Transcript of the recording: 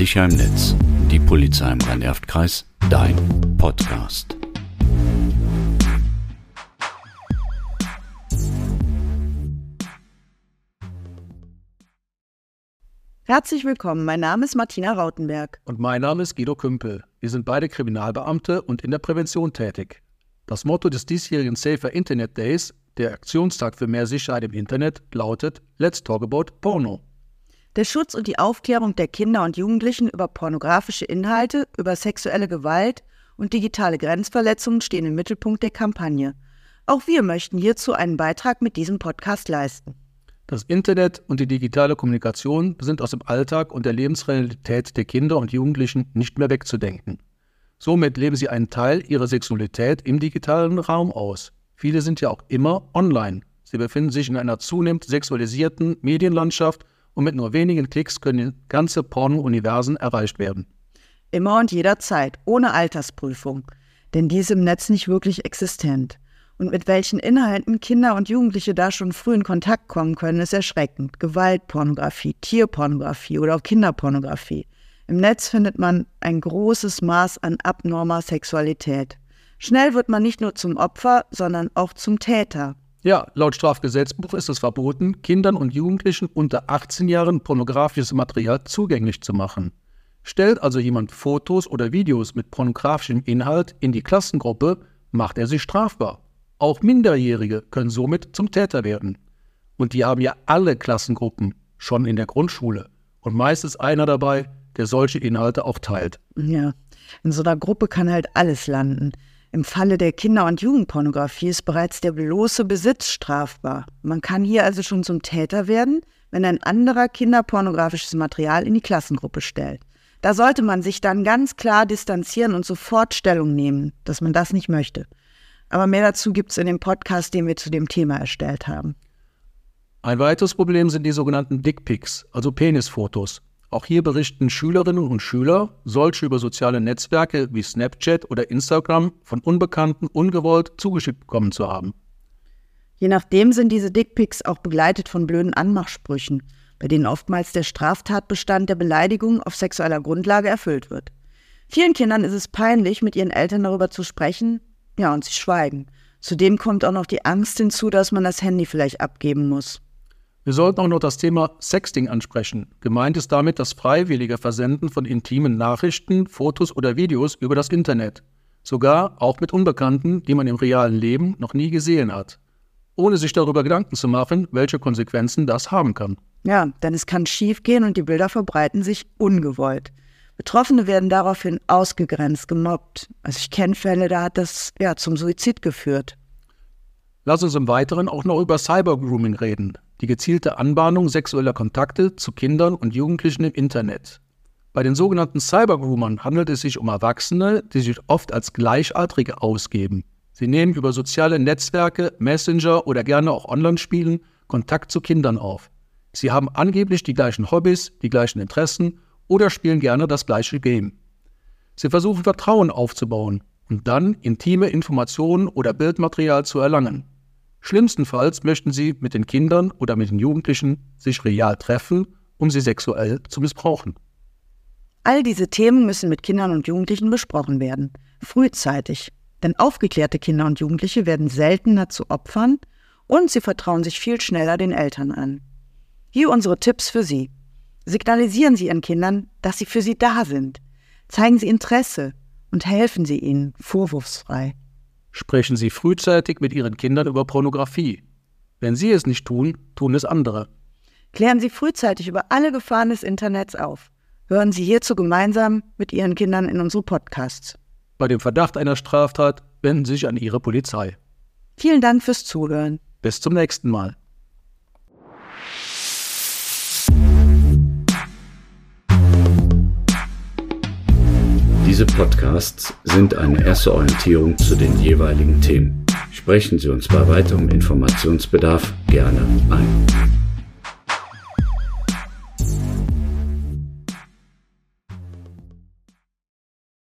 Sicher im Netz. Die Polizei im Rhein-Erft-Kreis. Dein Podcast. Herzlich willkommen, mein Name ist Martina Rautenberg. Und mein Name ist Guido Kümpel. Wir sind beide Kriminalbeamte und in der Prävention tätig. Das Motto des diesjährigen Safer Internet Days, der Aktionstag für mehr Sicherheit im Internet, lautet Let's Talk About Porno. Der Schutz und die Aufklärung der Kinder und Jugendlichen über pornografische Inhalte, über sexuelle Gewalt und digitale Grenzverletzungen stehen im Mittelpunkt der Kampagne. Auch wir möchten hierzu einen Beitrag mit diesem Podcast leisten. Das Internet und die digitale Kommunikation sind aus dem Alltag und der Lebensrealität der Kinder und Jugendlichen nicht mehr wegzudenken. Somit leben sie einen Teil ihrer Sexualität im digitalen Raum aus. Viele sind ja auch immer online. Sie befinden sich in einer zunehmend sexualisierten Medienlandschaft und mit nur wenigen Klicks können ganze Porno-Universen erreicht werden. Immer und jederzeit, ohne Altersprüfung, denn die ist im Netz nicht wirklich existent. Und mit welchen Inhalten Kinder und Jugendliche da schon früh in Kontakt kommen können, ist erschreckend. Gewaltpornografie, Tierpornografie oder auch Kinderpornografie. Im Netz findet man ein großes Maß an abnormer Sexualität. Schnell wird man nicht nur zum Opfer, sondern auch zum Täter. Ja, laut Strafgesetzbuch ist es verboten, Kindern und Jugendlichen unter 18 Jahren pornografisches Material zugänglich zu machen. Stellt also jemand Fotos oder Videos mit pornografischem Inhalt in die Klassengruppe, macht er sich strafbar. Auch Minderjährige können somit zum Täter werden. Und die haben ja alle Klassengruppen, schon in der Grundschule. Und meist ist einer dabei, der solche Inhalte auch teilt. Ja, in so einer Gruppe kann halt alles landen. Im Falle der Kinder- und Jugendpornografie ist bereits der bloße Besitz strafbar. Man kann hier also schon zum Täter werden, wenn ein anderer kinderpornografisches Material in die Klassengruppe stellt. Da sollte man sich dann ganz klar distanzieren und sofort Stellung nehmen, dass man das nicht möchte. Aber mehr dazu gibt es in dem Podcast, den wir zu dem Thema erstellt haben. Ein weiteres Problem sind die sogenannten Dickpics, also Penisfotos. Auch hier berichten Schülerinnen und Schüler, solche über soziale Netzwerke wie Snapchat oder Instagram von Unbekannten ungewollt zugeschickt bekommen zu haben. Je nachdem sind diese Dickpics auch begleitet von blöden Anmachsprüchen, bei denen oftmals der Straftatbestand der Beleidigung auf sexueller Grundlage erfüllt wird. Vielen Kindern ist es peinlich, mit ihren Eltern darüber zu sprechen, ja, und sie schweigen. Zudem kommt auch noch die Angst hinzu, dass man das Handy vielleicht abgeben muss. Wir sollten auch noch das Thema Sexting ansprechen. Gemeint ist damit das freiwillige Versenden von intimen Nachrichten, Fotos oder Videos über das Internet. Sogar auch mit Unbekannten, die man im realen Leben noch nie gesehen hat. Ohne sich darüber Gedanken zu machen, welche Konsequenzen das haben kann. Ja, denn es kann schiefgehen und die Bilder verbreiten sich ungewollt. Betroffene werden daraufhin ausgegrenzt, gemobbt. Also ich kenne Fälle, da hat das zum Suizid geführt. Lass uns im Weiteren auch noch über Cybergrooming reden. Die gezielte Anbahnung sexueller Kontakte zu Kindern und Jugendlichen im Internet. Bei den sogenannten Cybergroomern handelt es sich um Erwachsene, die sich oft als Gleichaltrige ausgeben. Sie nehmen über soziale Netzwerke, Messenger oder gerne auch Online-Spielen Kontakt zu Kindern auf. Sie haben angeblich die gleichen Hobbys, die gleichen Interessen oder spielen gerne das gleiche Game. Sie versuchen Vertrauen aufzubauen und dann intime Informationen oder Bildmaterial zu erlangen. Schlimmstenfalls möchten sie mit den Kindern oder mit den Jugendlichen sich real treffen, um sie sexuell zu missbrauchen. All diese Themen müssen mit Kindern und Jugendlichen besprochen werden, frühzeitig. Denn aufgeklärte Kinder und Jugendliche werden seltener zu Opfern und sie vertrauen sich viel schneller den Eltern an. Hier unsere Tipps für Sie. Signalisieren Sie Ihren Kindern, dass Sie für sie da sind. Zeigen Sie Interesse und helfen Sie ihnen vorwurfsfrei. Sprechen Sie frühzeitig mit Ihren Kindern über Pornografie. Wenn Sie es nicht tun, tun es andere. Klären Sie frühzeitig über alle Gefahren des Internets auf. Hören Sie hierzu gemeinsam mit Ihren Kindern in unsere Podcasts. Bei dem Verdacht einer Straftat wenden Sie sich an Ihre Polizei. Vielen Dank fürs Zuhören. Bis zum nächsten Mal. Diese Podcasts sind eine erste Orientierung zu den jeweiligen Themen. Sprechen Sie uns bei weiterem Informationsbedarf gerne an.